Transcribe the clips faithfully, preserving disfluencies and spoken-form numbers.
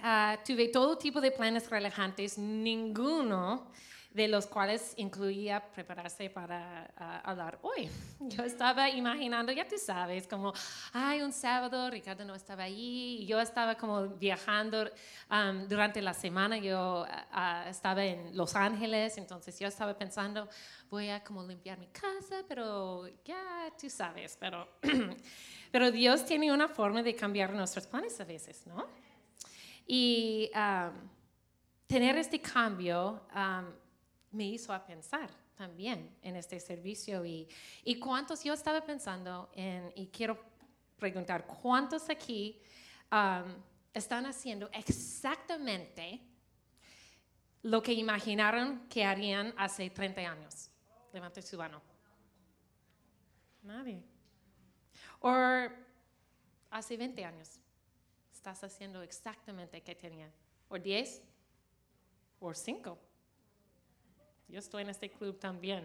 uh, tuve todo tipo de planes relajantes, ninguno de los cuales incluía prepararse para uh, hablar hoy. Yo estaba imaginando, ya tú sabes, como, ay, un sábado, Ricardo no estaba allí, y yo estaba como viajando um, durante la semana, yo uh, estaba en Los Ángeles, entonces yo estaba pensando, voy a como limpiar mi casa, pero ya tú sabes, pero, pero Dios tiene una forma de cambiar nuestros planes a veces, ¿no? Y um, tener este cambio um, me hizo a pensar también en este servicio y, y cuántos yo estaba pensando en, y quiero preguntar, ¿cuántos aquí um, están haciendo exactamente lo que imaginaron que harían hace treinta años? Levante su mano. Nadie. O hace veinte años. Estás haciendo exactamente lo que tenían. O diez. O cinco. Yo estoy en este club también.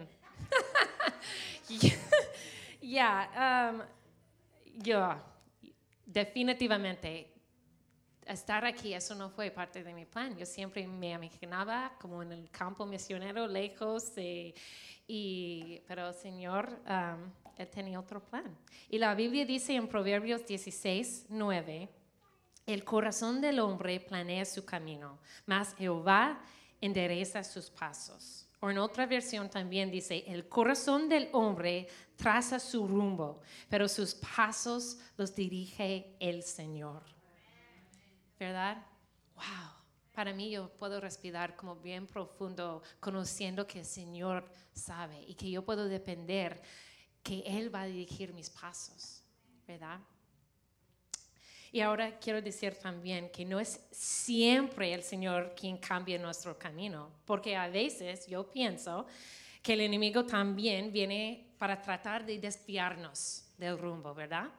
Ya, yeah, um, yo definitivamente estar aquí, eso no fue parte de mi plan. Yo siempre me imaginaba como en el campo misionero, lejos, eh, y, pero el Señor, um, Él tenía otro plan. Y la Biblia dice en Proverbios dieciséis, nueve, el corazón del hombre planea su camino, mas Jehová endereza sus pasos. O en otra versión también dice, el corazón del hombre traza su rumbo, pero sus pasos los dirige el Señor. ¿Verdad? Wow. Para mí yo puedo respirar como bien profundo, conociendo que el Señor sabe y que yo puedo depender que Él va a dirigir mis pasos. ¿Verdad? Y ahora quiero decir también que no es siempre el Señor quien cambia nuestro camino, porque a veces yo pienso que el enemigo también viene para tratar de desviarnos del rumbo, ¿verdad?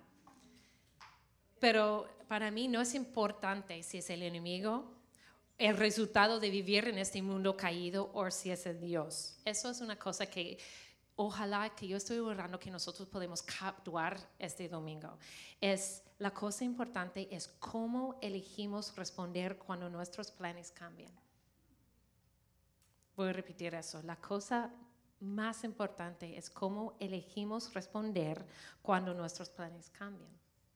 Pero para mí no es importante si es el enemigo, el resultado de vivir en este mundo caído o si es el Dios. Eso es una cosa que ojalá que yo estoy orando que nosotros podemos capturar este domingo. Es, la cosa importante es cómo elegimos responder cuando nuestros planes cambian. Voy a repetir eso. La cosa más importante es cómo elegimos responder cuando nuestros planes cambian.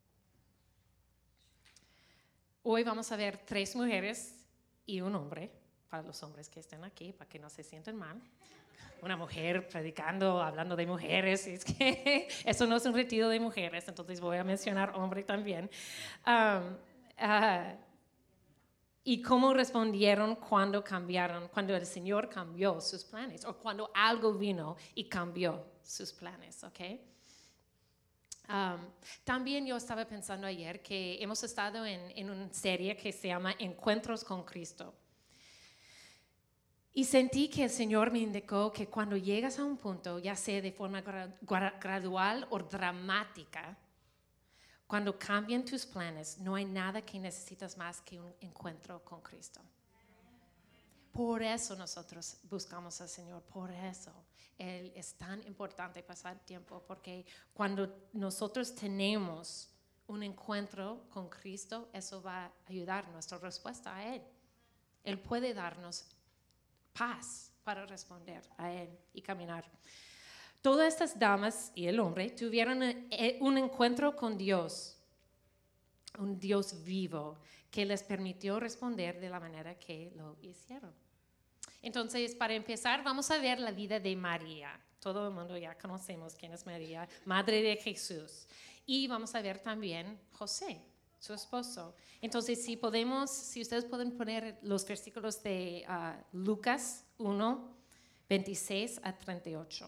Hoy vamos a ver tres mujeres y un hombre, para los hombres que estén aquí, para que no se sientan mal. Una mujer predicando, hablando de mujeres, es que eso no es un retiro de mujeres, entonces voy a mencionar hombre también. Um, uh, y cómo respondieron cuando cambiaron, cuando el Señor cambió sus planes, o cuando algo vino y cambió sus planes, ¿ok? Um, también yo estaba pensando ayer que hemos estado en, en una serie que se llama Encuentros con Cristo. Y sentí que el Señor me indicó que cuando llegas a un punto, ya sea de forma gra- gra- gradual o dramática, cuando cambian tus planes, no hay nada que necesitas más que un encuentro con Cristo. Por eso nosotros buscamos al Señor, por eso Él es tan importante pasar tiempo, porque cuando nosotros tenemos un encuentro con Cristo, eso va a ayudar nuestra respuesta a Él. Él puede darnos paz para responder a Él y caminar. Todas estas damas y el hombre tuvieron un encuentro con Dios, un Dios vivo, que les permitió responder de la manera que lo hicieron. Entonces, para empezar, vamos a ver la vida de María. Todo el mundo ya conocemos quién es María, madre de Jesús. Y vamos a ver también José, su esposo. Entonces, si podemos, si ustedes pueden poner los versículos de uh, Lucas uno, veintiséis a treinta y ocho.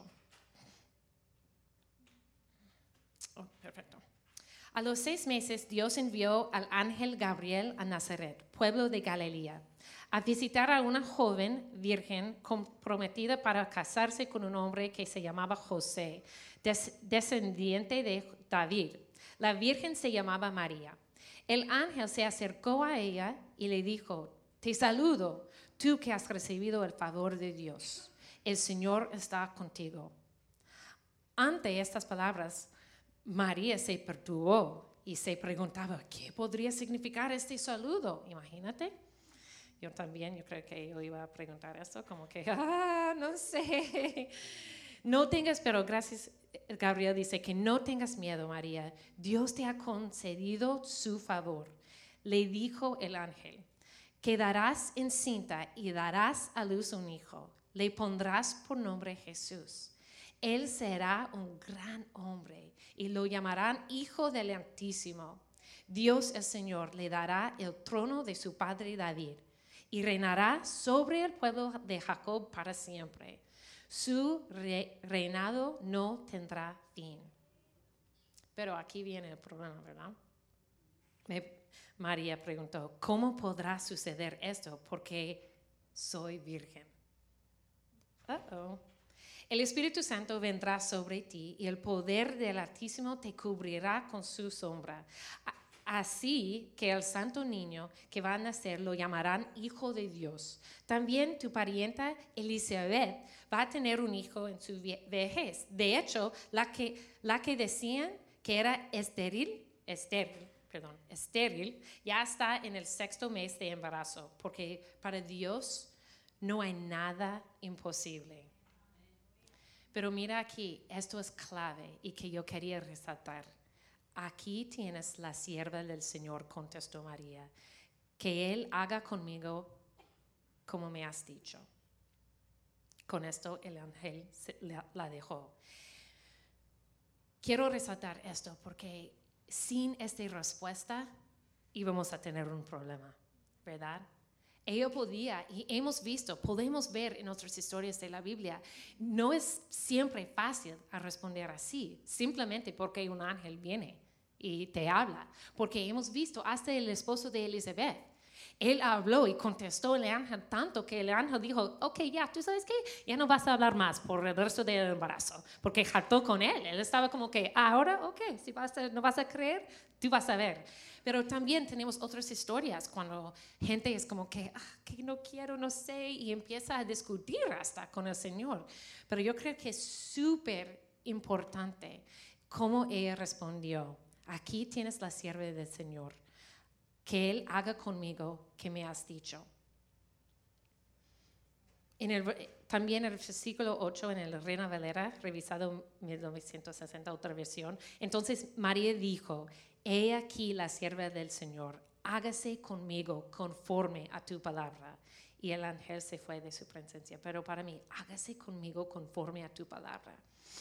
Oh, perfecto. A los seis meses, Dios envió al ángel Gabriel a Nazaret, pueblo de Galilea, a visitar a una joven virgen comprometida para casarse con un hombre que se llamaba José, des- descendiente de David. La virgen se llamaba María. El ángel se acercó a ella y le dijo: te saludo, tú que has recibido el favor de Dios. El Señor está contigo. Ante estas palabras, María se perturbó y se preguntaba, ¿qué podría significar este saludo? Imagínate. Yo también, yo creo que yo iba a preguntar eso, como que, ah, no sé. No tengas, pero gracias, Gabriel dice que no tengas miedo, María. Dios te ha concedido su favor. Le dijo el ángel, quedarás encinta y darás a luz un hijo. Le pondrás por nombre Jesús. Él será un gran hombre y lo llamarán Hijo del Altísimo. Dios el Señor le dará el trono de su padre David y reinará sobre el pueblo de Jacob para siempre. Su re- reinado no tendrá fin. Pero aquí viene el problema, ¿verdad? Me, María preguntó, ¿cómo podrá suceder esto? Porque soy virgen. Uh-oh. El Espíritu Santo vendrá sobre ti y el poder del Altísimo te cubrirá con su sombra. Así que el santo niño que va a nacer lo llamarán Hijo de Dios. También tu parienta Elizabeth va a tener un hijo en su vejez. De hecho, la que, la que decían que era estéril, estéril, perdón, estéril, ya está en el sexto mes de embarazo, porque para Dios no hay nada imposible. Pero mira aquí, esto es clave y que yo quería resaltar. Aquí tienes la sierva del Señor, contestó María, que Él haga conmigo como me has dicho. Con esto el ángel la dejó. Quiero resaltar esto porque sin esta respuesta íbamos a tener un problema, ¿verdad? Ella podía, y hemos visto, podemos ver en otras historias de la Biblia, no es siempre fácil a responder así, simplemente porque un ángel viene y te habla, porque hemos visto hasta el esposo de Elizabeth. Él habló y contestó el ángel tanto que el ángel dijo, ok, ya, ¿tú sabes qué? Ya no vas a hablar más por el resto del embarazo, porque jaltó con él. Él estaba como que, ahora, ok, si vas a, no vas a creer, tú vas a ver. Pero también tenemos otras historias cuando gente es como que, ah, que no quiero, no sé, y empieza a discutir hasta con el Señor. Pero yo creo que es súper importante cómo ella respondió. Aquí tienes la sierva del Señor, que Él haga conmigo que me has dicho. En el, también el versículo ocho en el Reina Valera, revisado en mil novecientos sesenta, otra versión. Entonces María dijo, he aquí la sierva del Señor, hágase conmigo conforme a tu palabra. Y el ángel se fue de su presencia. Pero para mí, hágase conmigo conforme a tu palabra.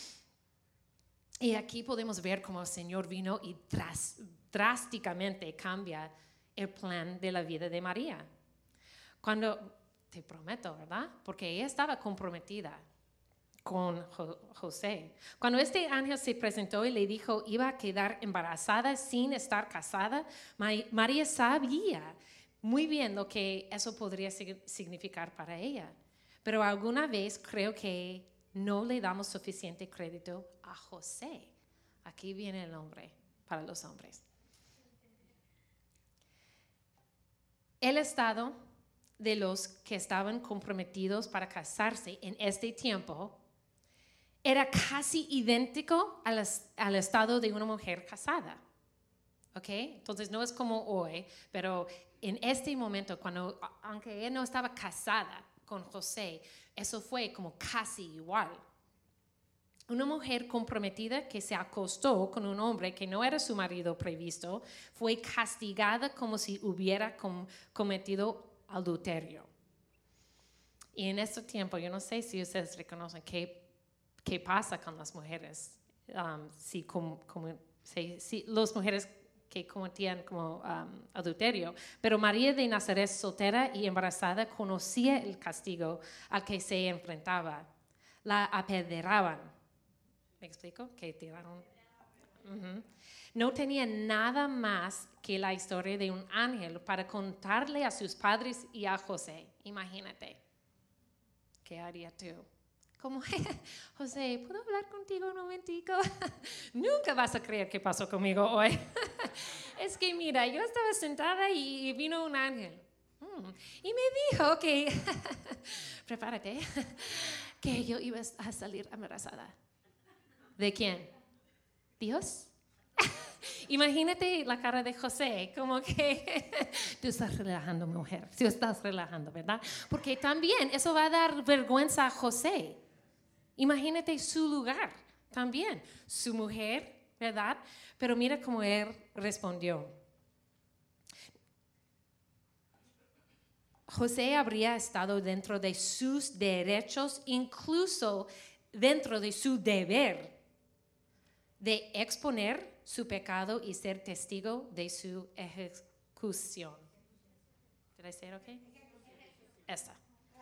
Y aquí podemos ver cómo el Señor vino y dras, drásticamente cambia el plan de la vida de María. Cuando, te prometo, ¿verdad? Porque ella estaba comprometida con Jo- José. Cuando este ángel se presentó y le dijo iba a quedar embarazada sin estar casada, Ma- María sabía muy bien lo que eso podría sig- significar para ella. Pero alguna vez creo que no le damos suficiente crédito a José. Aquí viene el nombre para los hombres. El estado de los que estaban comprometidos para casarse en este tiempo era casi idéntico al, al estado de una mujer casada. ¿Ok? Entonces no es como hoy, pero en este momento, cuando, aunque ella no estaba casada con José, eso fue como casi igual. Una mujer comprometida que se acostó con un hombre que no era su marido previsto fue castigada como si hubiera com- cometido adulterio. Y en este tiempo, yo no sé si ustedes reconocen qué, qué pasa con las mujeres, um, si, como, como, si, si las mujeres que cometían como um, adulterio. Pero María de Nazaret, soltera y embarazada, conocía el castigo al que se enfrentaba. La apedreaban. ¿Me explico? Que tiraron. Uh-huh. No tenía nada más que la historia de un ángel para contarle a sus padres y a José. Imagínate. ¿Qué haría tú? Como, José, ¿puedo hablar contigo un momentico? Nunca vas a creer qué pasó conmigo hoy. Es que mira, yo estaba sentada y vino un ángel. Hmm. Y me dijo que, prepárate, que yo iba a salir embarazada. ¿De quién? ¿Dios? Imagínate la cara de José, como que tú estás relajando, mujer, tú estás relajando, ¿verdad? Porque también eso va a dar vergüenza a José. Imagínate su lugar también, su mujer, ¿verdad? Pero mira cómo él respondió. José habría estado dentro de sus derechos, incluso dentro de su deber de exponer su pecado y ser testigo de su ejecución. ¿Did I say it okay? Esta.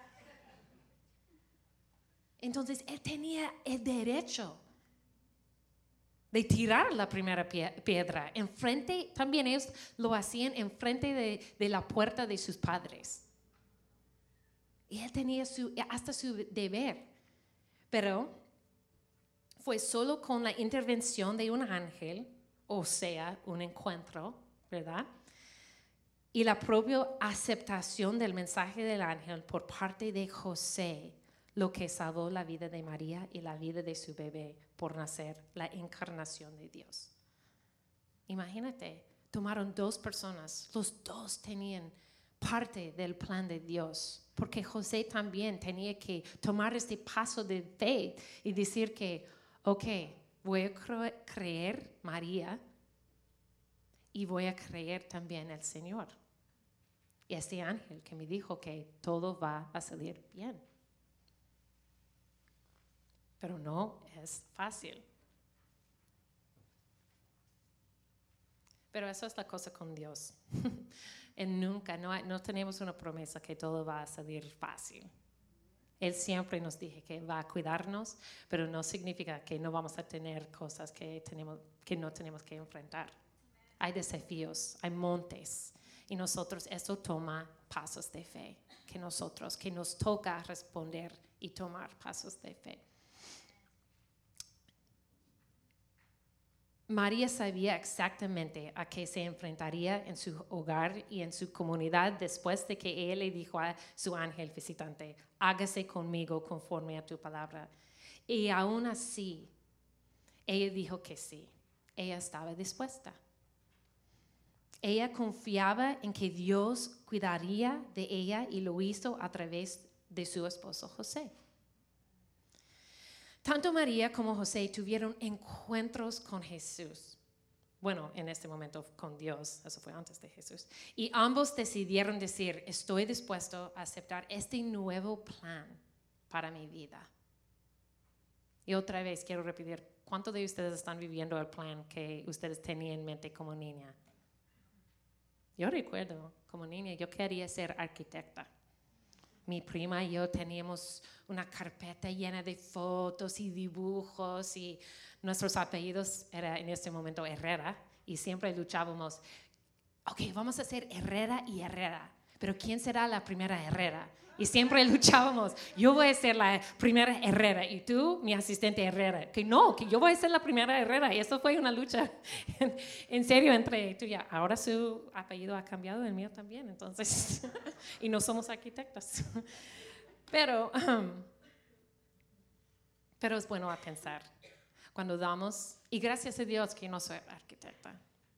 Entonces, él tenía el derecho de tirar la primera piedra. Enfrente, también ellos lo hacían enfrente de, de la puerta de sus padres. Y él tenía su, hasta su deber. Pero fue solo con la intervención de un ángel, o sea, un encuentro, ¿verdad? Y la propia aceptación del mensaje del ángel por parte de José, lo que salvó la vida de María y la vida de su bebé por nacer, la encarnación de Dios. Imagínate, tomaron dos personas, los dos tenían parte del plan de Dios, porque José también tenía que tomar este paso de fe y decir que, ok, voy a cre- creer María y voy a creer también el Señor. Y este ángel que me dijo que todo va a salir bien. Pero no es fácil. Pero eso es la cosa con Dios. Él nunca, no, hay, no tenemos una promesa que todo va a salir fácil. Él siempre nos dice que va a cuidarnos, pero no significa que no vamos a tener cosas que, tenemos, que no tenemos que enfrentar. Hay desafíos, hay montes, y nosotros, eso toma pasos de fe, que nosotros, que nos toca responder y tomar pasos de fe. María sabía exactamente a qué se enfrentaría en su hogar y en su comunidad después de que él le dijo a su ángel visitante, hágase conmigo conforme a tu palabra. Y aún así, ella dijo que sí, ella estaba dispuesta. Ella confiaba en que Dios cuidaría de ella y lo hizo a través de su esposo José. Tanto María como José tuvieron encuentros con Jesús. Bueno, en este momento con Dios, eso fue antes de Jesús. Y ambos decidieron decir, estoy dispuesto a aceptar este nuevo plan para mi vida. Y otra vez quiero repetir, ¿cuántos de ustedes están viviendo el plan que ustedes tenían en mente como niña? Yo recuerdo, como niña, yo quería ser arquitecta. Mi prima y yo teníamos una carpeta llena de fotos y dibujos y nuestros apellidos era en este momento Herrera y siempre luchábamos, ok, vamos a ser Herrera y Herrera, pero ¿quién será la primera Herrera? Y siempre luchábamos, yo voy a ser la primera Herrera y tú, mi asistente Herrera. Que no, que yo voy a ser la primera Herrera. Y eso fue una lucha, en, en serio, entre tú y yo. Ahora su apellido ha cambiado, el mío también, entonces, y no somos arquitectas. Pero, um, pero es bueno a pensar, cuando damos, y gracias a Dios que no soy arquitecta.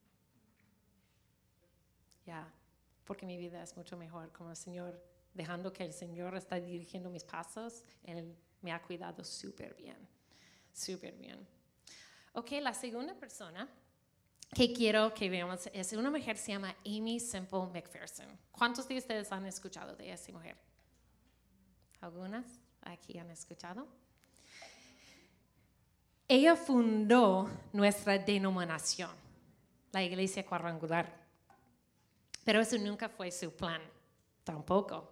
Ya, yeah, porque mi vida es mucho mejor como el Señor. Dejando que el Señor está dirigiendo mis pasos, Él me ha cuidado súper bien, súper bien. Ok, la segunda persona que quiero que veamos es una mujer que se llama Aimee Semple McPherson. ¿Cuántos de ustedes han escuchado de esa mujer? ¿Algunas aquí han escuchado? Ella fundó nuestra denominación, la Iglesia Cuadrangular, pero eso nunca fue su plan, tampoco.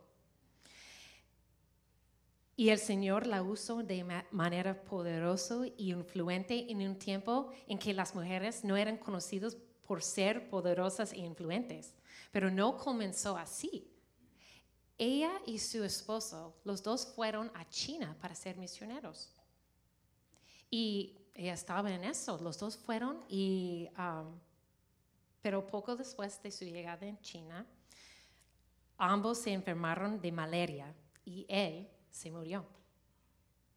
Y el Señor la usó de manera poderosa y influente en un tiempo en que las mujeres no eran conocidas por ser poderosas e influentes. Pero no comenzó así. Ella y su esposo, los dos fueron a China para ser misioneros. Y ella estaba en eso, los dos fueron, y, um, pero poco después de su llegada en China, ambos se enfermaron de malaria y él se murió.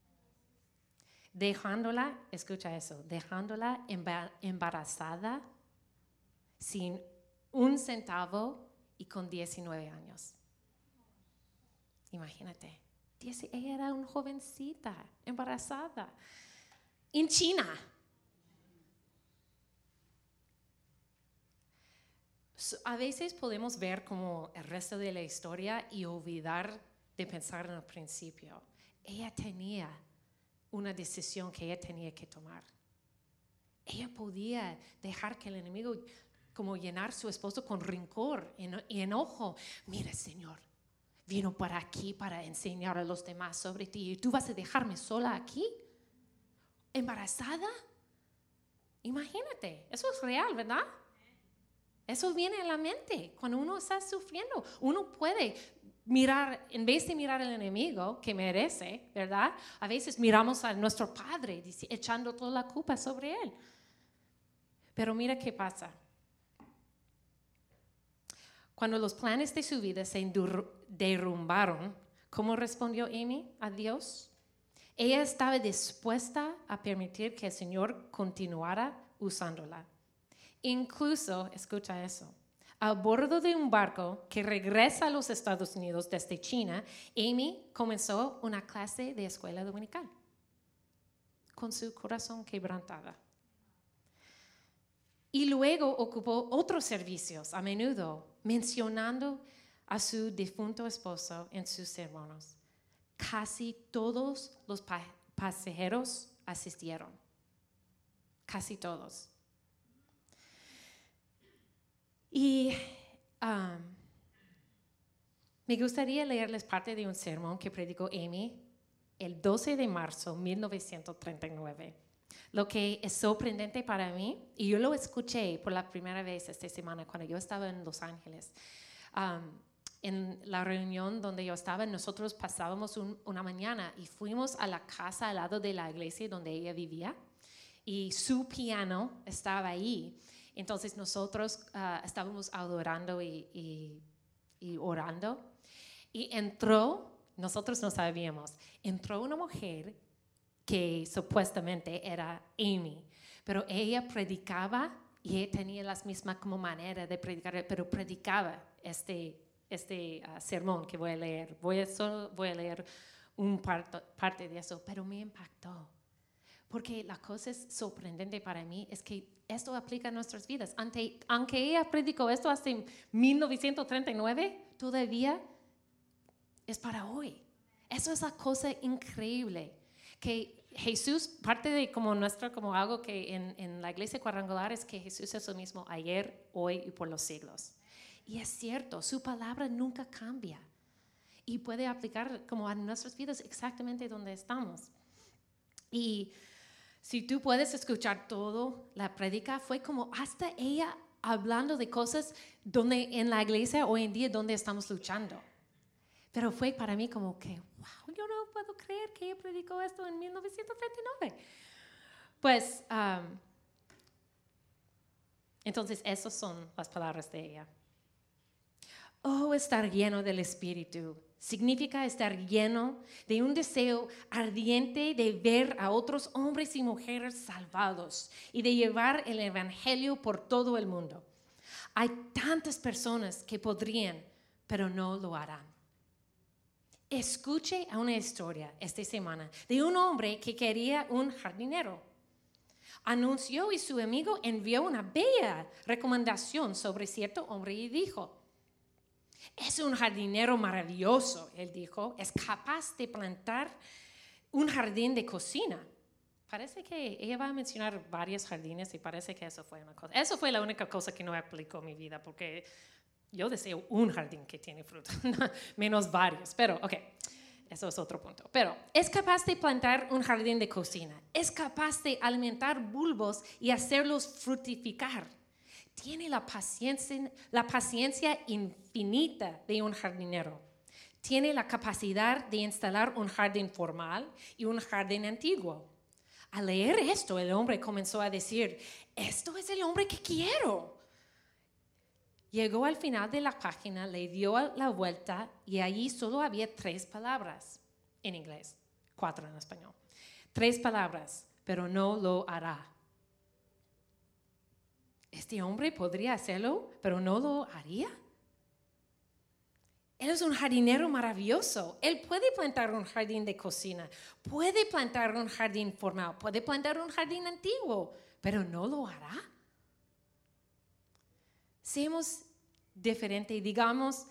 Dejándola, escucha eso, dejándola embarazada sin un centavo y con diecinueve años. Imagínate, ella era una jovencita, embarazada, en China. A veces podemos ver como el resto de la historia y olvidar de pensar en el principio. Ella tenía una decisión que ella tenía que tomar. Ella podía dejar que el enemigo como llenar a su esposo con rencor y enojo. Mira, Señor, vino para aquí para enseñar a los demás sobre ti y tú vas a dejarme sola aquí, embarazada. Imagínate, eso es real, ¿verdad? Eso viene a la mente cuando uno está sufriendo. Uno puede mirar, en vez de mirar al enemigo que merece, ¿verdad? A veces miramos a nuestro padre echando toda la culpa sobre él. Pero mira qué pasa. Cuando los planes de su vida se derrumbaron, ¿cómo respondió Amy a Dios? Ella estaba dispuesta a permitir que el Señor continuara usándola. Incluso, escucha eso, a bordo de un barco que regresa a los Estados Unidos desde China, Amy comenzó una clase de escuela dominical con su corazón quebrantado. Y luego ocupó otros servicios a menudo, mencionando a su difunto esposo en sus sermones. Casi todos los pa- pasajeros asistieron. Casi todos. Y um, me gustaría leerles parte de un sermón que predicó Amy el doce de marzo de mil novecientos treinta y nueve. Lo que es sorprendente para mí, y yo lo escuché por la primera vez esta semana cuando yo estaba en Los Ángeles. Um, en la reunión donde yo estaba, nosotros pasábamos un, una mañana y fuimos a la casa al lado de la iglesia donde ella vivía y su piano estaba ahí. Entonces nosotros uh, estábamos adorando y, y, y orando y entró, nosotros no sabíamos, entró una mujer que supuestamente era Amy, pero ella predicaba y ella tenía las mismas como manera de predicar, pero predicaba este, este uh, sermón que voy a leer. Voy a, solo voy a leer un parto, parte de eso, pero me impactó. Porque la cosa es sorprendente para mí es que esto aplica a nuestras vidas. Ante, aunque ella predicó esto hasta mil novecientos treinta y nueve, todavía es para hoy. Eso es la cosa increíble. Que Jesús, parte de como nuestro, como algo que en, en la iglesia cuadrangular es que Jesús es el mismo ayer, hoy y por los siglos. Y es cierto, su palabra nunca cambia. Y puede aplicar como a nuestras vidas exactamente donde estamos. Y si tú puedes escuchar todo, la prédica fue como hasta ella hablando de cosas donde en la iglesia hoy en día donde estamos luchando. Pero fue para mí como que, wow, yo no puedo creer que ella predicó esto en mil novecientos treinta y nueve. Pues, um, entonces esas son las palabras de ella. Oh, estar lleno del Espíritu significa estar lleno de un deseo ardiente de ver a otros hombres y mujeres salvados y de llevar el Evangelio por todo el mundo. Hay tantas personas que podrían, pero no lo harán. Escuche a una historia esta semana de un hombre que quería un jardinero. Anunció y su amigo envió una bella recomendación sobre cierto hombre y dijo: es un jardinero maravilloso, él dijo, es capaz de plantar un jardín de cocina. Parece que ella va a mencionar varios jardines y parece que eso fue una cosa. Eso fue la única cosa que no aplicó en mi vida porque yo deseo un jardín que tiene fruto, menos varios, pero ok, eso es otro punto. Pero es capaz de plantar un jardín de cocina, es capaz de alimentar bulbos y hacerlos fructificar. Tiene la paciencia, la paciencia infinita de un jardinero. Tiene la capacidad de instalar un jardín formal y un jardín antiguo. Al leer esto, el hombre comenzó a decir: esto es el hombre que quiero. Llegó al final de la página, le dio la vuelta y allí solo había tres palabras en inglés, cuatro en español. Tres palabras, pero no lo hará. este hombre podría hacerlo, pero no lo haría. Él es un jardinero maravilloso. Él puede plantar un jardín de cocina, puede plantar un jardín formal, puede plantar un jardín antiguo, pero no lo hará. Seamos diferentes y digamos,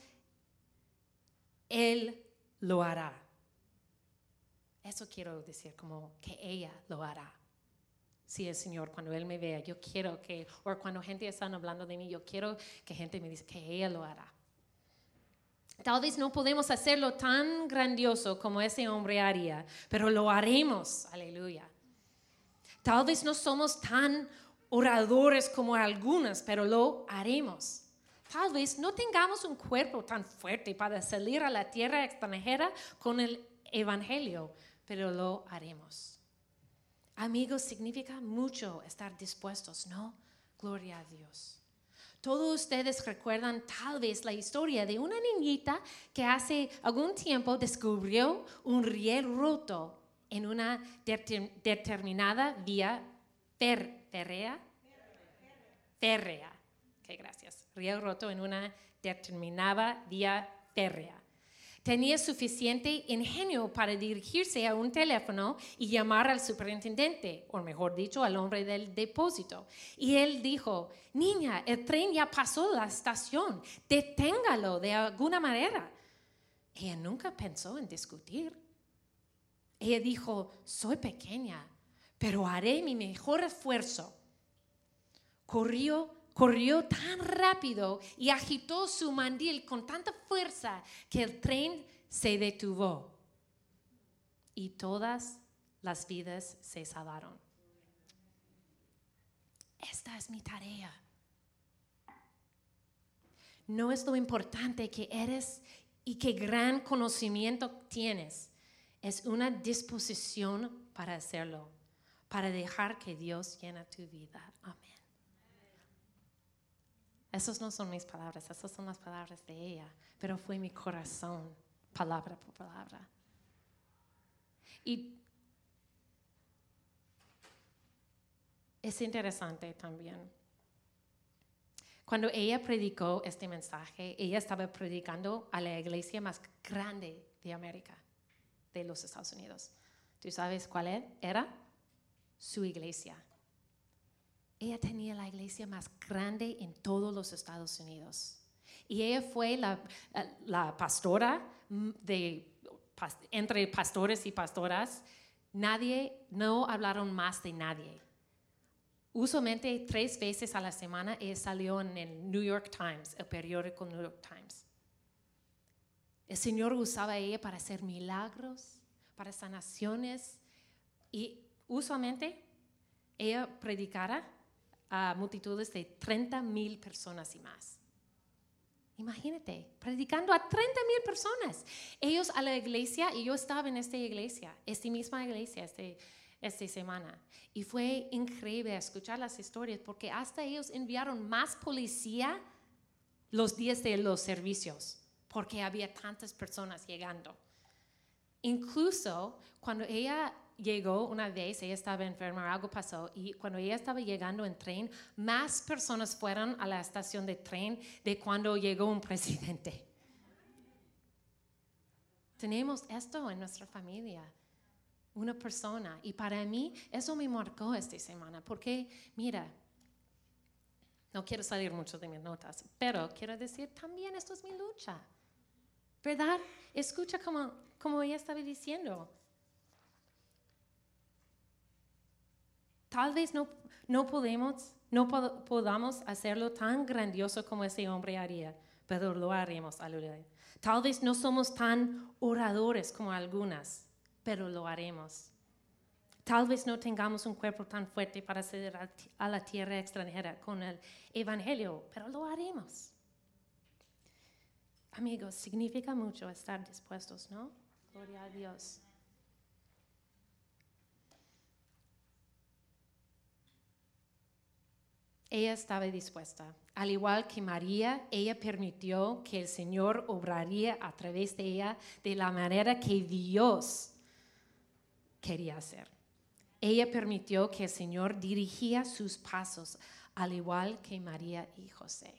Él lo hará. Eso quiero decir, como que ella lo hará. Sí, el Señor, cuando Él me vea, yo quiero que, o cuando gente está hablando de mí, yo quiero que gente me diga que ella lo hará. Tal vez no podemos hacerlo tan grandioso como ese hombre haría, pero lo haremos, aleluya. Tal vez no somos tan oradores como algunos, pero lo haremos. Tal vez no tengamos un cuerpo tan fuerte para salir a la tierra extranjera con el evangelio, pero lo haremos. Amigos, significa mucho estar dispuestos, ¿no? Gloria a Dios. Todos ustedes recuerdan tal vez la historia de una niñita que hace algún tiempo descubrió un riel roto en una deter- determinada vía fer- férrea. Férrea. Ok, gracias. Riel roto en una determinada vía férrea. Tenía suficiente ingenio para dirigirse a un teléfono y llamar al superintendente, o mejor dicho, al hombre del depósito. Y él dijo, niña, el tren ya pasó la estación, deténgalo de alguna manera. Ella nunca pensó en discutir. Ella dijo, soy pequeña, pero haré mi mejor esfuerzo. Corrió Corrió tan rápido y agitó su mandil con tanta fuerza que el tren se detuvo. Y todas las vidas se salvaron. Esta es mi tarea. No es lo importante que eres y qué gran conocimiento tienes. Es una disposición para hacerlo, para dejar que Dios llene tu vida. Amén. Esas no son mis palabras, esas son las palabras de ella, pero fue mi corazón, palabra por palabra. Y es interesante también. Cuando ella predicó este mensaje, ella estaba predicando a la iglesia más grande de América, de los Estados Unidos. ¿Tú sabes cuál era? Su iglesia. Ella tenía la iglesia más grande en todos los Estados Unidos. Y ella fue la, la pastora de, entre pastores y pastoras. Nadie, no hablaron más de nadie. Usualmente tres veces a la semana ella salió en el New York Times, el periódico New York Times. El Señor usaba a ella para hacer milagros, para sanaciones. Y usualmente ella predicara a multitudes de treinta mil personas y más. Imagínate, predicando a treinta mil personas. Ellos a la iglesia, y yo estaba en esta iglesia, esta misma iglesia, este, esta semana. Y fue increíble escuchar las historias, porque hasta ellos enviaron más policía los días de los servicios, porque había tantas personas llegando. Incluso cuando ella llegó una vez, ella estaba enferma, algo pasó, y cuando ella estaba llegando en tren, más personas fueron a la estación de tren de cuando llegó un presidente. Tenemos esto en nuestra familia, una persona, y para mí eso me marcó esta semana, porque mira, no quiero salir mucho de mis notas, pero quiero decir también esto es mi lucha, ¿verdad? Escucha como, como ella estaba diciendo. Tal vez no, no, podemos, no pod- podamos hacerlo tan grandioso como ese hombre haría, pero lo haremos, aleluya. Tal vez no somos tan oradores como algunas, pero lo haremos. Tal vez no tengamos un cuerpo tan fuerte para salir a, a la tierra extranjera con el evangelio, pero lo haremos. Amigos, significa mucho estar dispuestos, ¿no? Gloria a Dios. Ella estaba dispuesta. Al igual que María, ella permitió que el Señor obraría a través de ella de la manera que Dios quería hacer. Ella permitió que el Señor dirigía sus pasos al igual que María y José.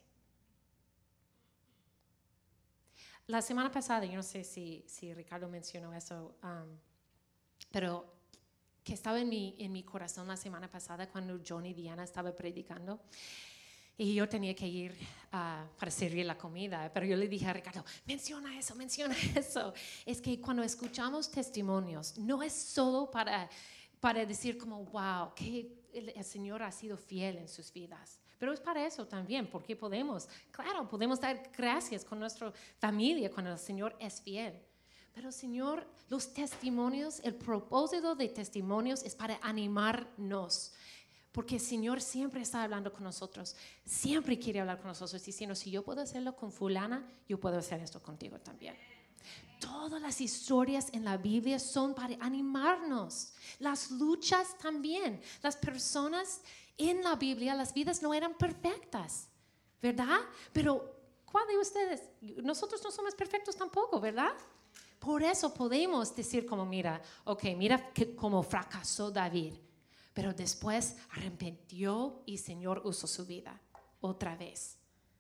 La semana pasada, yo no sé si, si Ricardo mencionó eso, um, pero que estaba en mi, en mi corazón la semana pasada cuando John y Diana estaban predicando. Y yo tenía que ir uh, para servir la comida, pero yo le dije a Ricardo, menciona eso, menciona eso. Es que cuando escuchamos testimonios, no es solo para, para decir como, wow, que el, el Señor ha sido fiel en sus vidas. Pero es para eso también, porque podemos, claro, podemos dar gracias con nuestra familia cuando el Señor es fiel. Pero Señor, los testimonios, el propósito de testimonios es para animarnos. Porque el Señor siempre está hablando con nosotros, siempre quiere hablar con nosotros, diciendo, si yo puedo hacerlo con fulana, yo puedo hacer esto contigo también. Todas las historias en la Biblia son para animarnos. Las luchas también. Las personas en la Biblia, las vidas no eran perfectas, ¿verdad? Pero, ¿cuál de ustedes? Nosotros no somos perfectos tampoco, ¿verdad? Por eso podemos decir como, mira, ok, mira que, como fracasó David. Pero después arrepintió y el Señor usó su vida otra vez.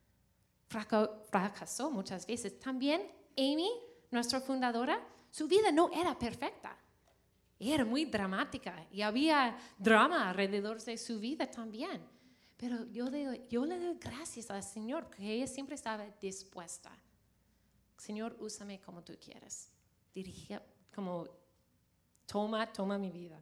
Fracasó muchas veces. También Amy, nuestra fundadora, su vida no era perfecta. Era muy dramática y había drama alrededor de su vida también. Pero yo le, yo le doy gracias al Señor que ella siempre estaba dispuesta. Señor, úsame como tú quieres. Dirige, como, toma, toma mi vida.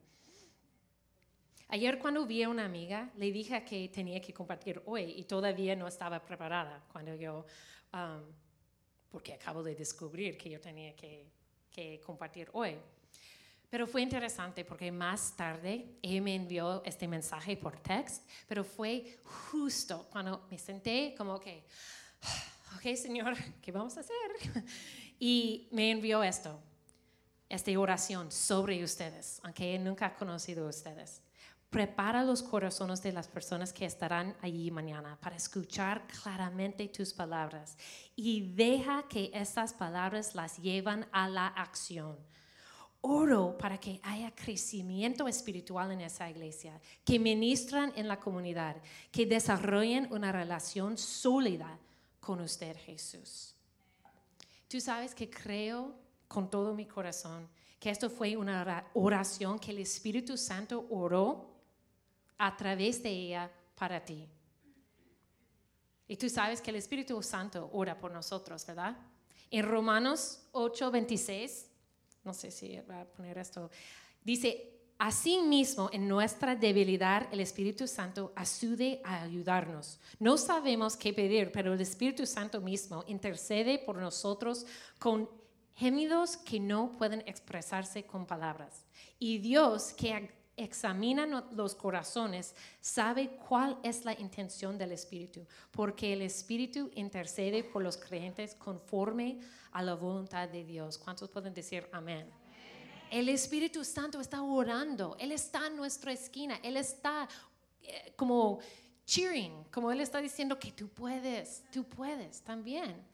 Ayer cuando vi a una amiga, le dije que tenía que compartir hoy y todavía no estaba preparada cuando yo, um, porque acabo de descubrir que yo tenía que, que compartir hoy. Pero fue interesante porque más tarde ella me envió este mensaje por text, pero fue justo cuando me senté como que, ok, Señor, ¿qué vamos a hacer? Y me envió esto, esta oración sobre ustedes, aunque él nunca ha conocido a ustedes. Prepara los corazones de las personas que estarán allí mañana para escuchar claramente tus palabras y deja que estas palabras las lleven a la acción. Oro para que haya crecimiento espiritual en esa iglesia, que ministran en la comunidad, que desarrollen una relación sólida con usted, Jesús. Tú sabes que creo con todo mi corazón que esto fue una oración que el Espíritu Santo oró a través de ella para ti. Y tú sabes que el Espíritu Santo ora por nosotros, ¿verdad? En Romanos ocho veintiséis, no sé si va a poner esto, dice, asimismo en nuestra debilidad el Espíritu Santo ayude a ayudarnos. No sabemos qué pedir, pero el Espíritu Santo mismo intercede por nosotros con gemidos que no pueden expresarse con palabras. Y Dios, que examina los corazones, sabe cuál es la intención del Espíritu, porque el Espíritu intercede por los creyentes conforme a la voluntad de Dios. ¿Cuántos pueden decir amén? Amén. El Espíritu Santo está orando, Él está en nuestra esquina, Él está eh, como cheering, como Él está diciendo que tú puedes, tú puedes también.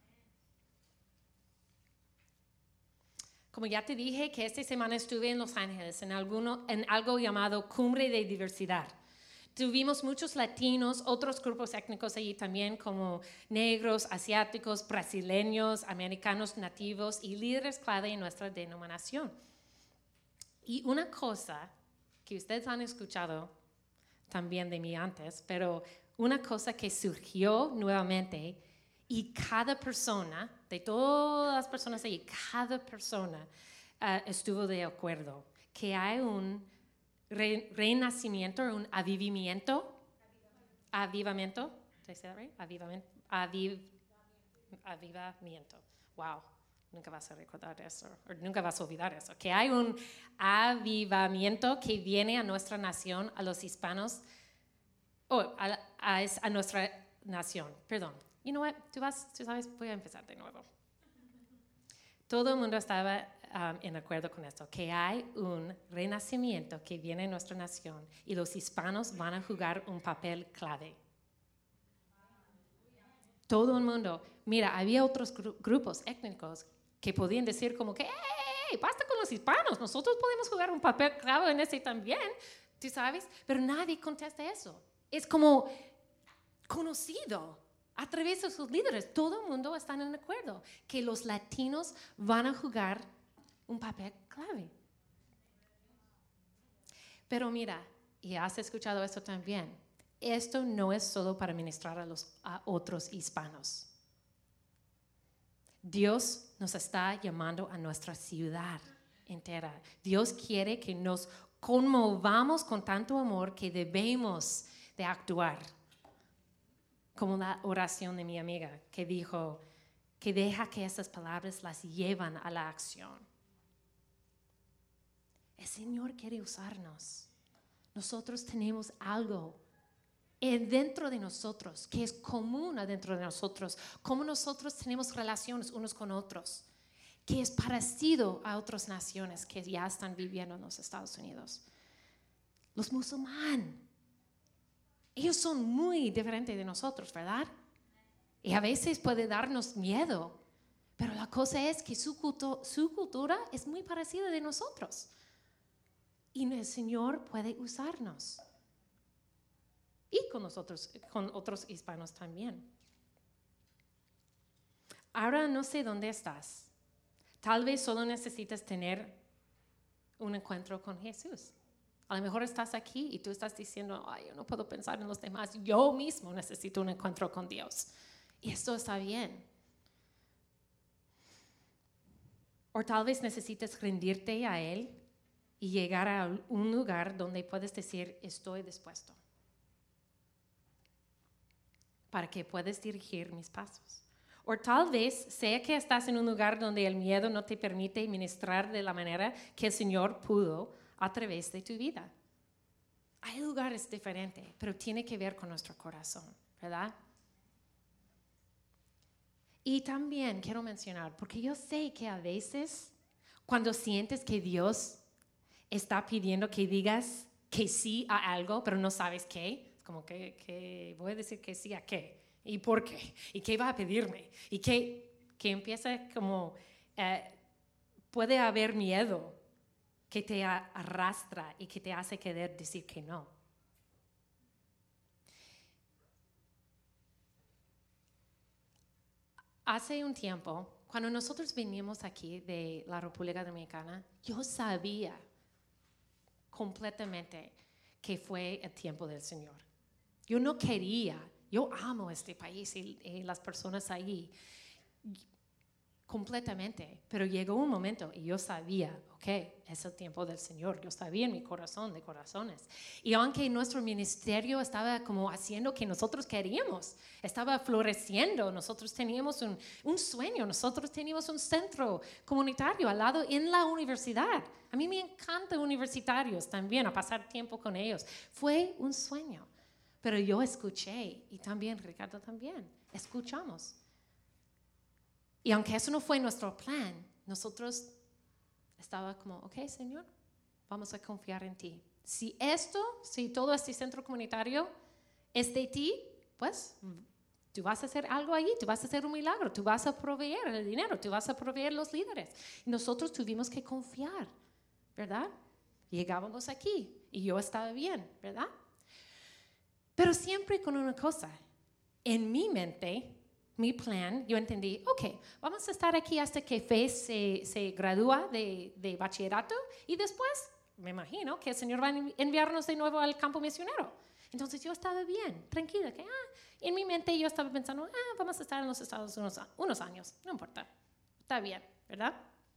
Como ya te dije, que esta semana estuve en Los Ángeles en, alguno, en algo llamado Cumbre de Diversidad. Tuvimos muchos latinos, otros grupos étnicos allí también, como negros, asiáticos, brasileños, americanos nativos y líderes clave en nuestra denominación. Y una cosa que ustedes han escuchado también de mí antes, pero una cosa que surgió nuevamente. Y cada persona, de todas las personas allí, cada persona uh, estuvo de acuerdo que hay un re, renacimiento, un avivamiento, avivamiento, ¿did I say that right? Avivamiento, aviv, avivamiento. Wow, nunca vas a recordar eso, o nunca vas a olvidar eso. Que hay un avivamiento que viene a nuestra nación, a los hispanos, o oh, a, a, a nuestra nación, perdón. You know what? Tú, vas, tú sabes, voy a empezar de nuevo. Todo el mundo estaba um, en acuerdo con esto, que hay un renacimiento que viene en nuestra nación y los hispanos van a jugar un papel clave. Todo el mundo. Mira, había otros gru- grupos étnicos que podían decir como que, ¡hey, basta con los hispanos! Nosotros podemos jugar un papel clave en ese también, ¿tú sabes? Pero nadie contesta eso. es como conocido a través de sus líderes. Todo el mundo está en acuerdo que los latinos van a jugar un papel clave. Pero mira, y has escuchado esto también, esto no es solo para ministrar a, los, a otros hispanos. Dios nos está llamando a nuestra ciudad entera. Dios quiere que nos conmovamos con tanto amor que debemos de actuar. Como la oración de mi amiga que dijo que deja que esas palabras las lleven a la acción. El Señor quiere usarnos. Nosotros tenemos algo dentro de nosotros que es común adentro de nosotros, como nosotros tenemos relaciones unos con otros, que es parecido a otras naciones que ya están viviendo en los Estados Unidos. Los musulmanes, ellos son muy diferentes de nosotros, ¿verdad? Y a veces puede darnos miedo, pero la cosa es que su, cultu- su cultura es muy parecida de nosotros. Y el Señor puede usarnos. Y con nosotros, con otros hispanos también. Ahora no sé dónde estás. Tal vez solo necesitas tener un encuentro con Jesús. A lo mejor estás aquí y tú estás diciendo, ay, yo no puedo pensar en los demás. Yo mismo necesito un encuentro con Dios. Y esto está bien. O tal vez necesites rendirte a Él y llegar a un lugar donde puedes decir, estoy dispuesto, para que puedas dirigir mis pasos. O tal vez sea que estás en un lugar donde el miedo no te permite ministrar de la manera que el Señor pudo a través de tu vida. Hay lugares diferentes, pero tiene que ver con nuestro corazón, ¿verdad? Y también quiero mencionar, porque yo sé que a veces cuando sientes que Dios está pidiendo que digas que sí a algo, pero no sabes qué, como que, que voy a decir que sí a qué, y por qué, y qué va a pedirme, y que, que empieza como, eh, puede haber miedo que te arrastra y que te hace querer decir que no. Hace un tiempo, cuando nosotros veníamos aquí de la República Dominicana, yo sabía completamente que fue el tiempo del Señor. Yo no quería, yo amo este país y, y las personas ahí completamente, pero llegó un momento y yo sabía, ok, es el tiempo del Señor. Yo sabía en mi corazón de corazones. Y aunque nuestro ministerio estaba como haciendo que nosotros queríamos, estaba floreciendo, nosotros teníamos un, un sueño, nosotros teníamos un centro comunitario al lado en la universidad. A mí me encantan universitarios también, a pasar tiempo con ellos. Fue un sueño, pero yo escuché y también Ricardo también, escuchamos. Y aunque eso no fue nuestro plan, nosotros estábamos como, ok, Señor, vamos a confiar en ti. Si esto, si todo este centro comunitario es de ti, pues tú vas a hacer algo allí, tú vas a hacer un milagro, tú vas a proveer el dinero, tú vas a proveer los líderes. Y nosotros tuvimos que confiar, ¿verdad? Llegábamos aquí y yo estaba bien, ¿verdad? Pero siempre con una cosa, en mi mente, mi plan, yo entendí, ok, vamos a estar aquí hasta que Fe se, se gradúa de, de bachillerato y después, me imagino, que el Señor va a enviarnos de nuevo al campo misionero. Entonces yo estaba bien, tranquila, que ah, en mi mente yo estaba pensando, ah, vamos a estar en los Estados Unidos unos, unos años, no importa, está bien, ¿verdad?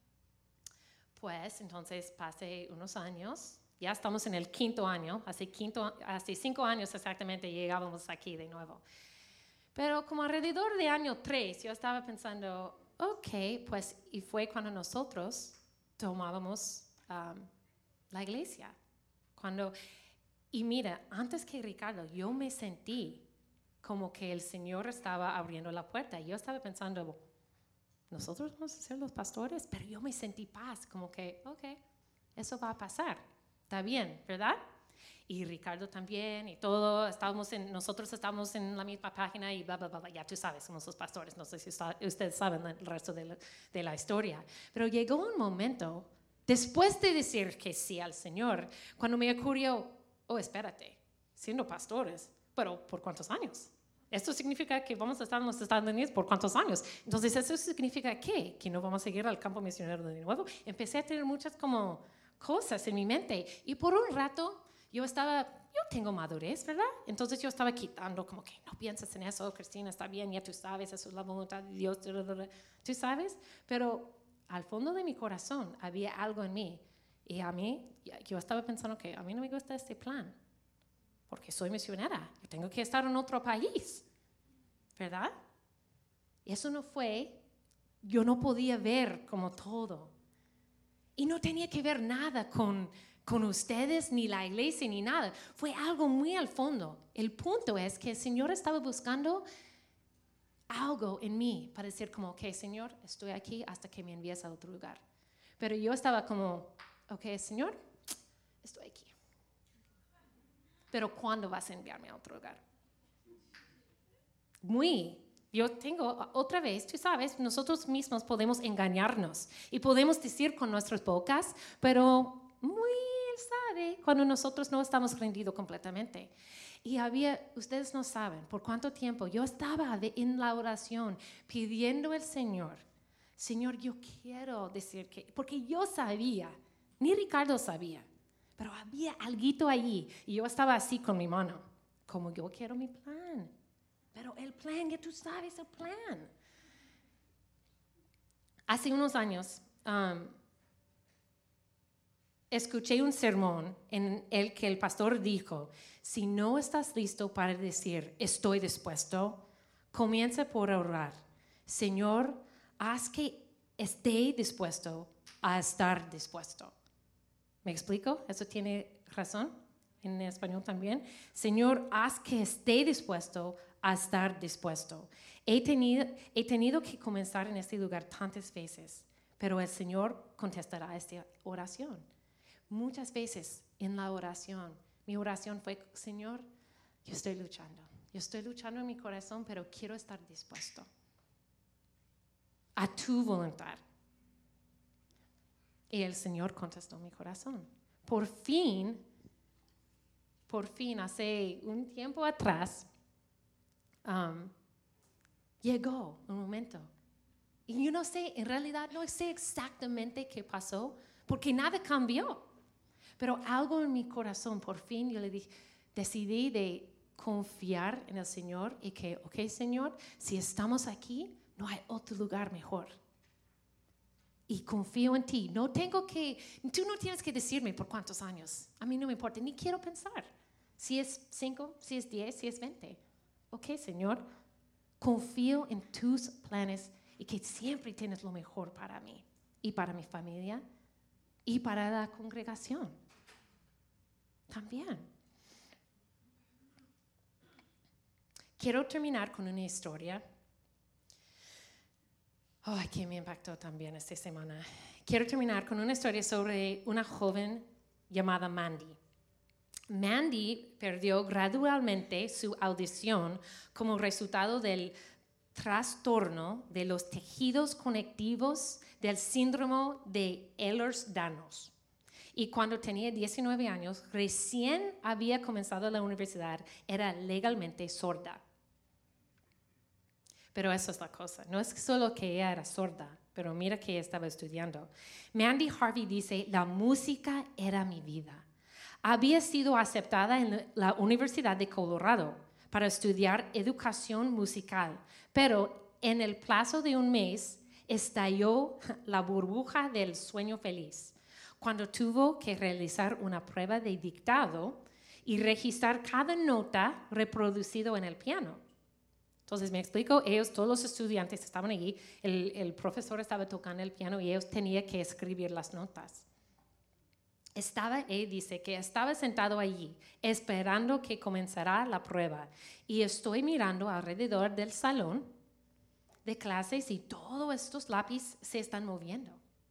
Pues entonces pasé unos años, ya estamos en el quinto año, hace, quinto, hace cinco años exactamente llegábamos aquí de nuevo. Pero como alrededor de año tres, yo estaba pensando, ok, pues, y fue cuando nosotros tomábamos um, la iglesia. Cuando, y mira, antes que Ricardo, yo me sentí como que el Señor estaba abriendo la puerta. Yo estaba pensando, nosotros vamos a ser los pastores, pero yo me sentí paz, como que, ok, eso va a pasar. Está bien, ¿verdad? Y Ricardo también, y todo, estábamos en, nosotros estábamos en la misma página y bla, bla, bla, bla, ya tú sabes, somos los pastores, no sé si está, ustedes saben el resto de la, de la historia. Pero llegó un momento, después de decir que sí al Señor, cuando me ocurrió, oh, espérate, siendo pastores, pero ¿por cuántos años? Esto significa que vamos a estar en los Estados Unidos por cuántos años. Entonces, ¿eso significa qué? Que no vamos a seguir al campo misionero de nuevo. Empecé a tener muchas como cosas en mi mente. Y por un rato, yo estaba, yo tengo madurez, ¿verdad? Entonces yo estaba quitando como que no piensas en eso, Cristina, está bien, ya tú sabes, eso es la voluntad de Dios, tú sabes. Pero al fondo de mi corazón había algo en mí. Y a mí, yo estaba pensando que a mí no me gusta este plan. Porque soy misionera, yo tengo que estar en otro país, ¿verdad? Y eso no fue, yo no podía ver como todo. Y no tenía que ver nada con, con ustedes, ni la iglesia, ni nada. Fue algo muy al fondo. El punto es que el Señor estaba buscando algo en mí para decir como, ok, Señor, estoy aquí hasta que me envíes a otro lugar. Pero yo estaba como, ok, Señor, estoy aquí. Pero ¿cuándo vas a enviarme a otro lugar? Muy. Yo tengo, otra vez, tú sabes, nosotros mismos podemos engañarnos y podemos decir con nuestras bocas, pero muy Él sabe cuando nosotros no estamos rendidos completamente. Y había, ustedes no saben por cuánto tiempo yo estaba de, en la oración pidiendo al Señor, Señor, yo quiero decir que, porque yo sabía, ni Ricardo sabía, pero había alguito allí y yo estaba así con mi mano, como yo quiero mi plan. Pero el plan, ya tú sabes el plan. Hace unos años um, escuché un sermón en el que el pastor dijo, si no estás listo para decir estoy dispuesto, comienza por orar. Señor, haz que esté dispuesto a estar dispuesto. ¿Me explico? ¿Eso tiene razón? En español también. Señor, haz que esté dispuesto a estar dispuesto. He tenido, he tenido que comenzar en este lugar tantas veces, pero el Señor contestará esta oración. Muchas veces en la oración, mi oración fue, Señor, yo estoy luchando. Yo estoy luchando en mi corazón, pero quiero estar dispuesto a tu voluntad. Y el Señor contestó mi corazón. Por fin, por fin, hace un tiempo atrás, um, llegó un momento. Y yo no sé, en realidad no sé exactamente qué pasó, porque nada cambió. Pero algo en mi corazón, por fin, yo le dije, decidí de confiar en el Señor y que, ok, Señor, si estamos aquí, no hay otro lugar mejor. Y confío en ti. No tengo que, tú no tienes que decirme por cuántos años. A mí no me importa, ni quiero pensar. Si es cinco, si es diez, si es veinte. Ok, Señor, confío en tus planes y que siempre tienes lo mejor para mí y para mi familia y para la congregación. También. Quiero terminar con una historia. Oh, que me impactó también esta semana. Quiero terminar con una historia sobre una joven llamada Mandy. Mandy perdió gradualmente su audición como resultado del trastorno de los tejidos conectivos del síndrome de Ehlers-Danlos. Y cuando tenía diecinueve años, recién había comenzado la universidad, era legalmente sorda. Pero eso es la cosa. No es solo que ella era sorda, pero mira que estaba estudiando. Mandy Harvey dice, la música era mi vida. Había sido aceptada en la Universidad de Colorado para estudiar educación musical, pero en el plazo de un mes estalló la burbuja del sueño feliz, cuando tuvo que realizar una prueba de dictado y registrar cada nota reproducido en el piano. Entonces, me explico, ellos, todos los estudiantes estaban allí, el, el profesor estaba tocando el piano y ellos tenían que escribir las notas. Estaba, él dice que estaba sentado allí, esperando que comenzara la prueba, y estoy mirando alrededor del salón de clases y todos estos lápices se están moviendo.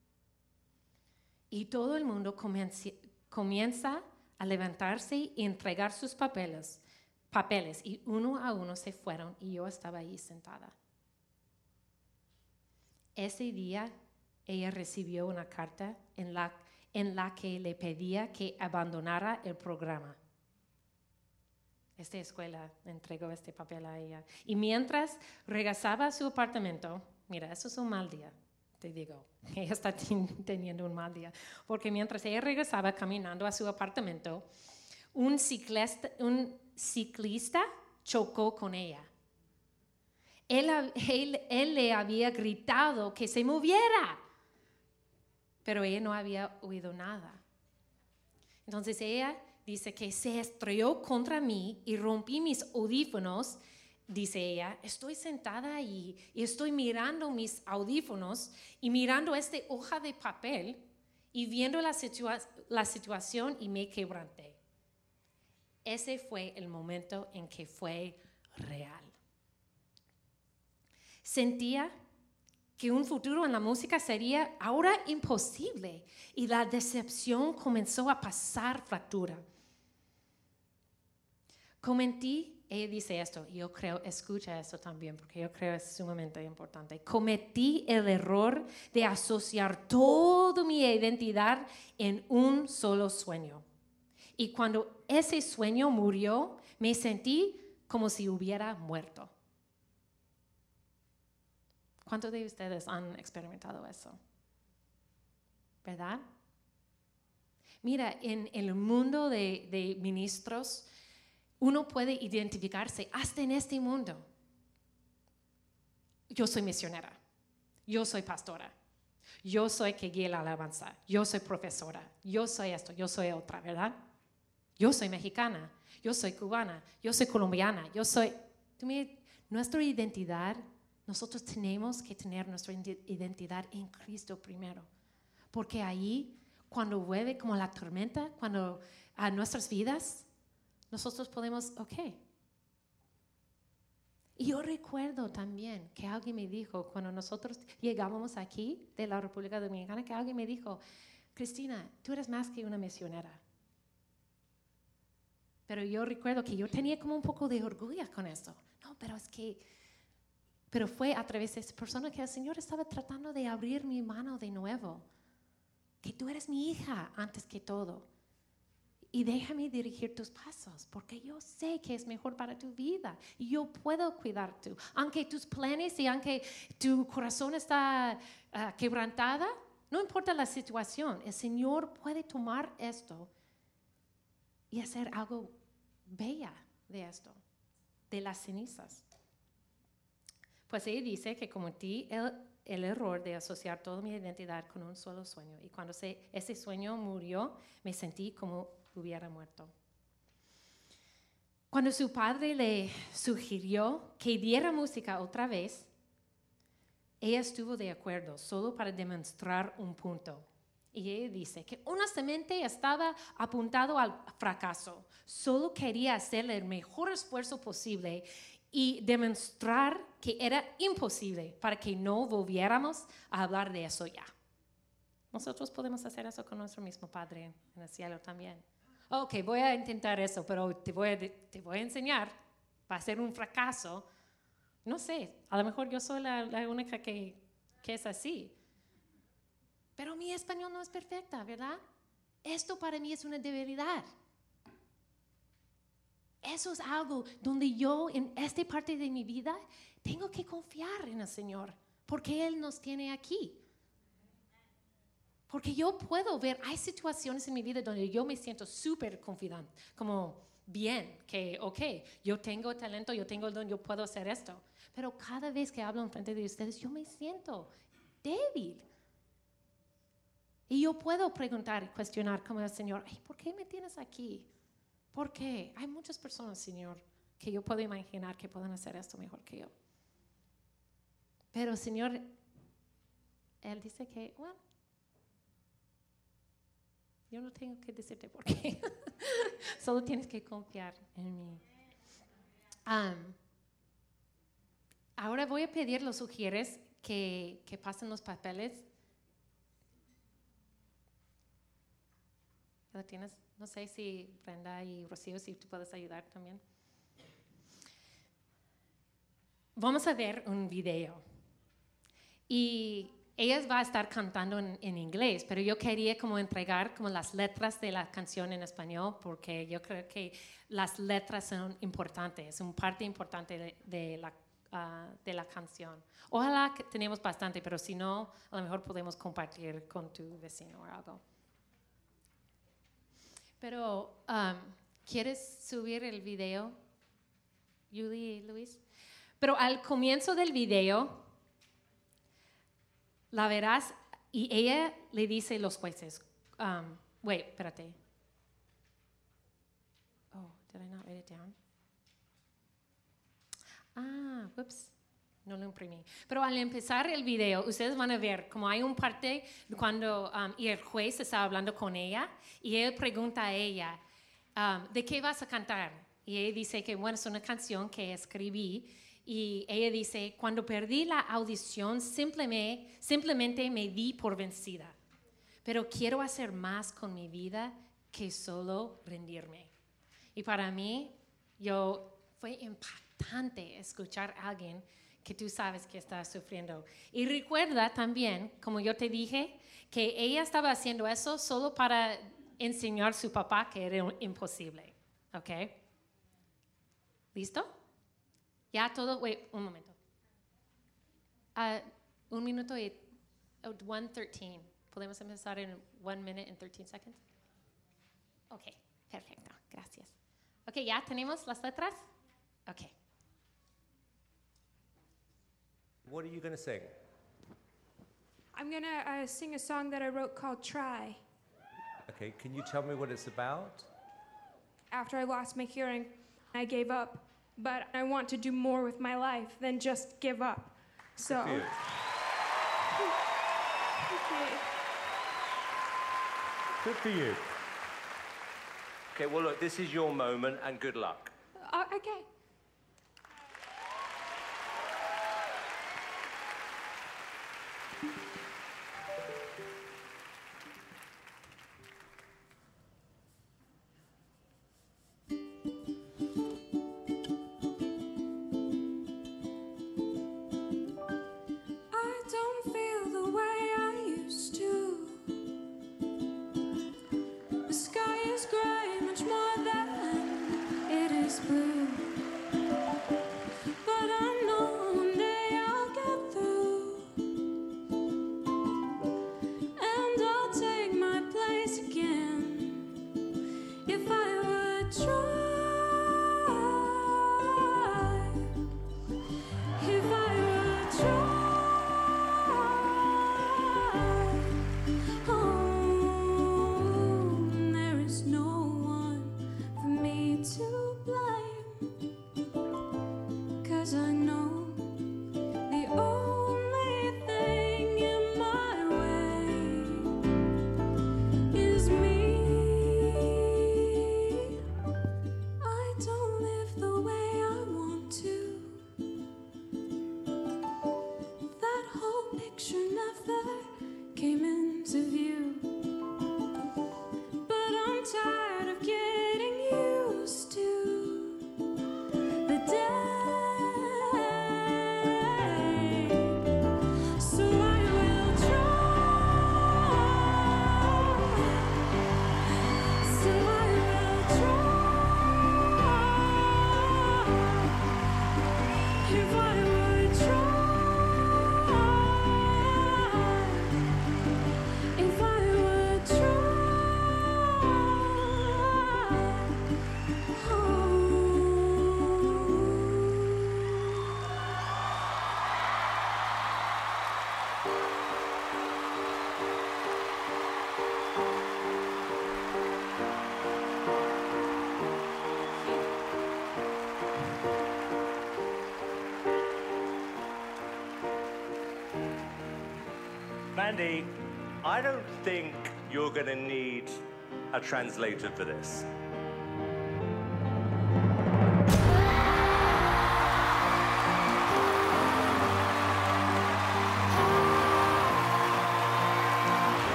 Y todo el mundo comienza, comienza a levantarse y entregar sus papeles. papeles y uno a uno se fueron y yo estaba ahí sentada. Ese día ella recibió una carta en la, en la que le pedía que abandonara el programa. esta escuela entregó este papel a ella. Y mientras regresaba a su apartamento, mira, eso es un mal día, te digo. Ella está teniendo un mal día. Porque mientras ella regresaba caminando a su apartamento, un ciclista, un ciclista chocó con ella. Él, él, él le había gritado que se moviera, pero ella no había oído nada. Entonces ella dice que se estrelló contra mí y rompí mis audífonos. Dice ella, estoy sentada y, y estoy mirando mis audífonos y mirando esta hoja de papel y viendo la, situa- la situación y me quebranté. Ese fue el momento en que fue real. Sentía que un futuro en la música sería ahora imposible y la decepción comenzó a pasar factura. Cometí, ella dice esto, yo creo, escucha esto también, porque yo creo es sumamente importante. Cometí el error de asociar toda mi identidad en un solo sueño. Y cuando ese sueño murió, me sentí como si hubiera muerto. ¿Cuántos de ustedes han experimentado eso? ¿Verdad? Mira, en el mundo de, de ministros, uno puede identificarse hasta en este mundo. Yo soy misionera, yo soy pastora, yo soy que guía la alabanza, yo soy profesora, yo soy esto, yo soy otra, ¿verdad? Yo soy mexicana, yo soy cubana, yo soy colombiana, yo soy... Nuestra identidad, nosotros tenemos que tener nuestra identidad en Cristo primero, porque ahí, cuando vuelve como la tormenta, cuando a nuestras vidas, nosotros podemos, ok. Y yo recuerdo también que alguien me dijo, cuando nosotros llegábamos aquí de la República Dominicana, que alguien me dijo, Cristina, tú eres más que una misionera. Pero yo recuerdo que yo tenía como un poco de orgullo con eso. No, pero es que, pero fue a través de esa persona que el Señor estaba tratando de abrir mi mano de nuevo. Que tú eres mi hija antes que todo. Y déjame dirigir tus pasos, porque yo sé que es mejor para tu vida. Y yo puedo cuidarte. Aunque tus planes y aunque tu corazón está uh, quebrantada, no importa la situación, el Señor puede tomar esto y hacer algo bella de esto, de las cenizas. Pues ella dice que cometí el, el error de asociar toda mi identidad con un solo sueño. Y cuando se, ese sueño murió, me sentí como hubiera muerto. Cuando su padre le sugirió que diera música otra vez, ella estuvo de acuerdo, solo para demostrar un punto. Y ella dice que honestamente estaba apuntado al fracaso. Solo quería hacer el mejor esfuerzo posible y demostrar que era imposible para que no volviéramos a hablar de eso ya. Nosotros podemos hacer eso con nuestro mismo Padre en el cielo también. Ok, voy a intentar eso, pero te voy a, te voy a enseñar. Va a ser un fracaso. No sé, a lo mejor yo soy la, la única que, que es así. Pero mi español no es perfecta, ¿verdad? Esto para mí es una debilidad. Eso es algo donde yo, en esta parte de mi vida, tengo que confiar en el Señor, porque Él nos tiene aquí. Porque yo puedo ver, hay situaciones en mi vida donde yo me siento súper confiante, como bien, que ok, yo tengo talento, yo tengo el don, yo puedo hacer esto. Pero cada vez que hablo en frente de ustedes, yo me siento débil. Y yo puedo preguntar y cuestionar como el Señor, hey, ¿por qué me tienes aquí? ¿Por qué? Hay muchas personas, Señor, que yo puedo imaginar que pueden hacer esto mejor que yo. Pero, Señor, Él dice que, bueno, yo no tengo que decirte por qué. Solo tienes que confiar en mí. Um, ahora voy a pedir a los sugieres que, que pasen los papeles. ¿Lo tienes? No sé si Brenda y Rocío, si tú puedes ayudar también. Vamos a ver un video. Y ella va a estar cantando en, en inglés, pero yo quería como entregar como las letras de la canción en español, porque yo creo que las letras son importantes, son parte importante de, de, la, uh, de la canción. Ojalá que tenemos bastante, pero si no, a lo mejor podemos compartir con tu vecino o algo. Pero, um, ¿quieres subir el video, Yuli y Luis? Pero al comienzo del video, la verás, y ella le dice a los jueces, um, wait, espérate. Oh, did I not write it down? Ah, whoops, no lo imprimí. Pero al empezar el video, ustedes van a ver como hay un parte cuando um, y el juez está hablando con ella, y él pregunta a ella, um, ¿de qué vas a cantar? Y ella dice que, bueno, es una canción que escribí. Y ella dice, cuando perdí la audición, simplemente, simplemente me di por vencida. Pero quiero hacer más con mi vida que solo rendirme. Y para mí, yo, fue impactante escuchar a alguien que tú sabes que está sufriendo. Y recuerda también, como yo te dije, que ella estaba haciendo eso solo para enseñar a su papá que era imposible. ¿Ok? ¿Listo? Ya todo, wait, un momento. Uh, un minuto y oh, one thirteen. ¿Podemos empezar en one minute and thirteen seconds? Ok, perfecto, gracias. Ok, ¿ya tenemos las letras? Ok. What are you going to sing? I'm going to uh, sing a song that I wrote called Try. Okay, can you tell me what it's about? After I lost my hearing, I gave up. But I want to do more with my life than just give up. So. Good for you. Okay. Good for you. Okay, well, look, this is your moment, and good luck. Uh, okay. Mandy, I don't think you're going to need a translator for this.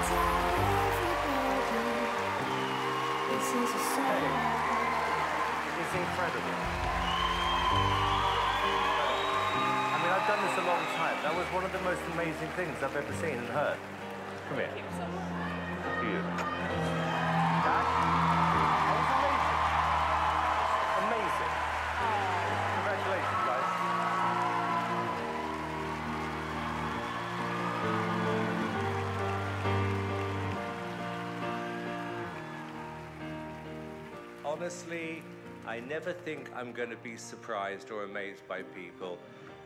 It's incredible. I mean, I've done this a long time. That was one of the most amazing things I've ever seen and heard. Come here. To you. That, that was amazing. Amazing. Congratulations, guys. Honestly, I never think I'm going to be surprised or amazed by people.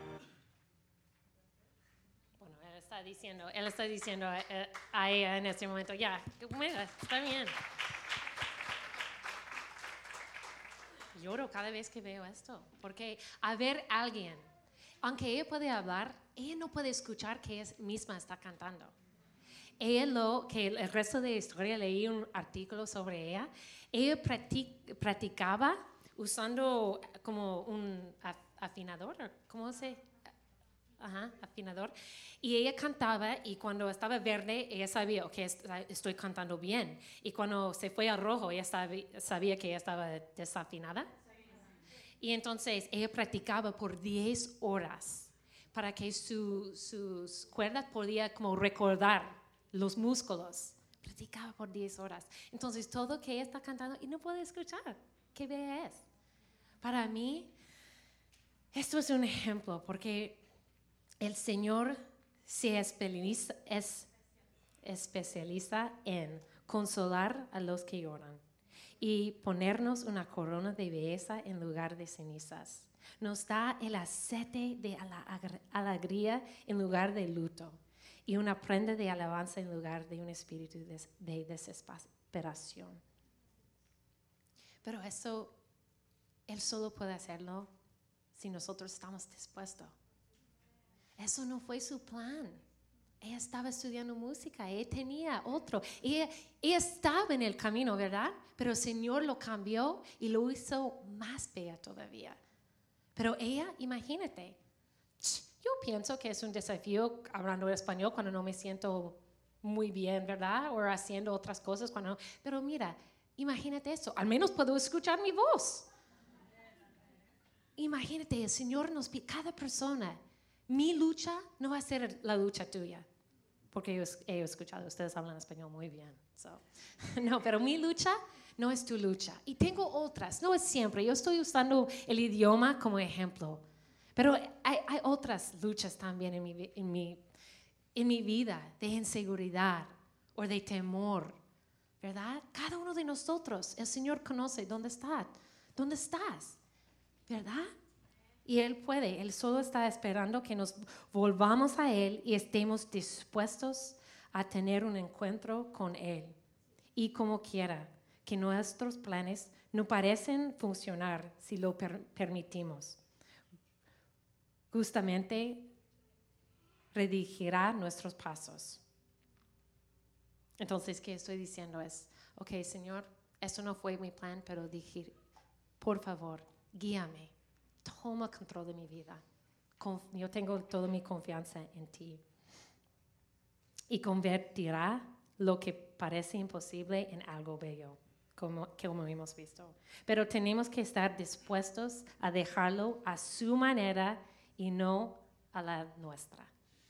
Bueno, él está diciendo, él está diciendo eh, a ella en este momento, ya, mira, está bien. Lloro cada vez que veo esto, porque a ver alguien, aunque ella puede hablar, ella no puede escuchar que ella misma está cantando. Ella lo, que el resto de la historia, leí un artículo sobre ella, ella practic, practicaba usando como un afinador, ¿cómo se? Ajá, afinador. Y ella cantaba y cuando estaba verde, ella sabía, ok, estoy cantando bien. Y cuando se fue a rojo, ella sabía, sabía que ella estaba desafinada. Y entonces ella practicaba por diez horas para que su, sus cuerdas podían como recordar los músculos. Practicaba por diez horas. Entonces todo que ella está cantando y no puede escuchar. ¿Qué bella es? Para mí, esto es un ejemplo porque el Señor se especializa, es, especializa en consolar a los que lloran y ponernos una corona de belleza en lugar de cenizas. Nos da el aceite de alegría en lugar de luto y una prenda de alabanza en lugar de un espíritu de, de desesperación. Pero eso, Él solo puede hacerlo si nosotros estamos dispuestos. Eso no fue su plan. Ella estaba estudiando música, ella tenía otro. Ella, ella estaba en el camino, ¿verdad? Pero el Señor lo cambió y lo hizo más bella todavía. Pero ella, imagínate, yo pienso que es un desafío hablando español cuando no me siento muy bien, ¿verdad? O haciendo otras cosas cuando no. Pero mira, imagínate eso. Al menos puedo escuchar mi voz. Imagínate, el Señor nos pide, cada persona. Mi lucha no va a ser la lucha tuya, porque yo he escuchado, ustedes hablan español muy bien. So. No, pero mi lucha no es tu lucha. Y tengo otras, no es siempre. Yo estoy usando el idioma como ejemplo, pero hay, hay otras luchas también en mi, en, mi, en mi vida, de inseguridad o de temor, ¿verdad? Cada uno de nosotros, el Señor conoce dónde está, dónde estás, ¿verdad? Y Él puede, Él solo está esperando que nos volvamos a Él y estemos dispuestos a tener un encuentro con Él. Y como quiera, que nuestros planes no parecen funcionar si lo per- permitimos. Justamente redirigirá nuestros pasos. Entonces, ¿qué estoy diciendo? Es, ok, Señor, eso no fue mi plan, pero dije, por favor, guíame. Toma control de mi vida. Conf- yo tengo toda mi confianza en ti. Y convertirá lo que parece imposible en algo bello, como, como hemos visto. Pero tenemos que estar dispuestos a dejarlo a su manera y no a la nuestra.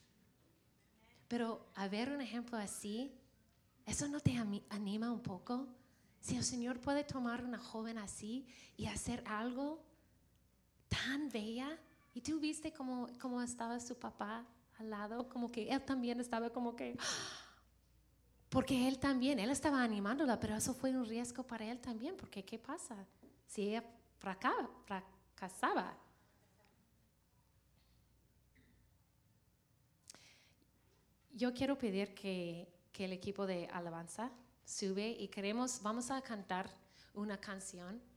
Pero a ver un ejemplo así, ¿eso no te anima un poco? Si el Señor puede tomar una joven así y hacer algo tan bella, y tú viste cómo, cómo estaba su papá al lado, como que él también estaba como que, porque él también, él estaba animándola, pero eso fue un riesgo para él también, porque ¿qué pasa si ella fracaba, fracasaba? Yo quiero pedir que, que el equipo de alabanza sube y queremos, vamos a cantar una canción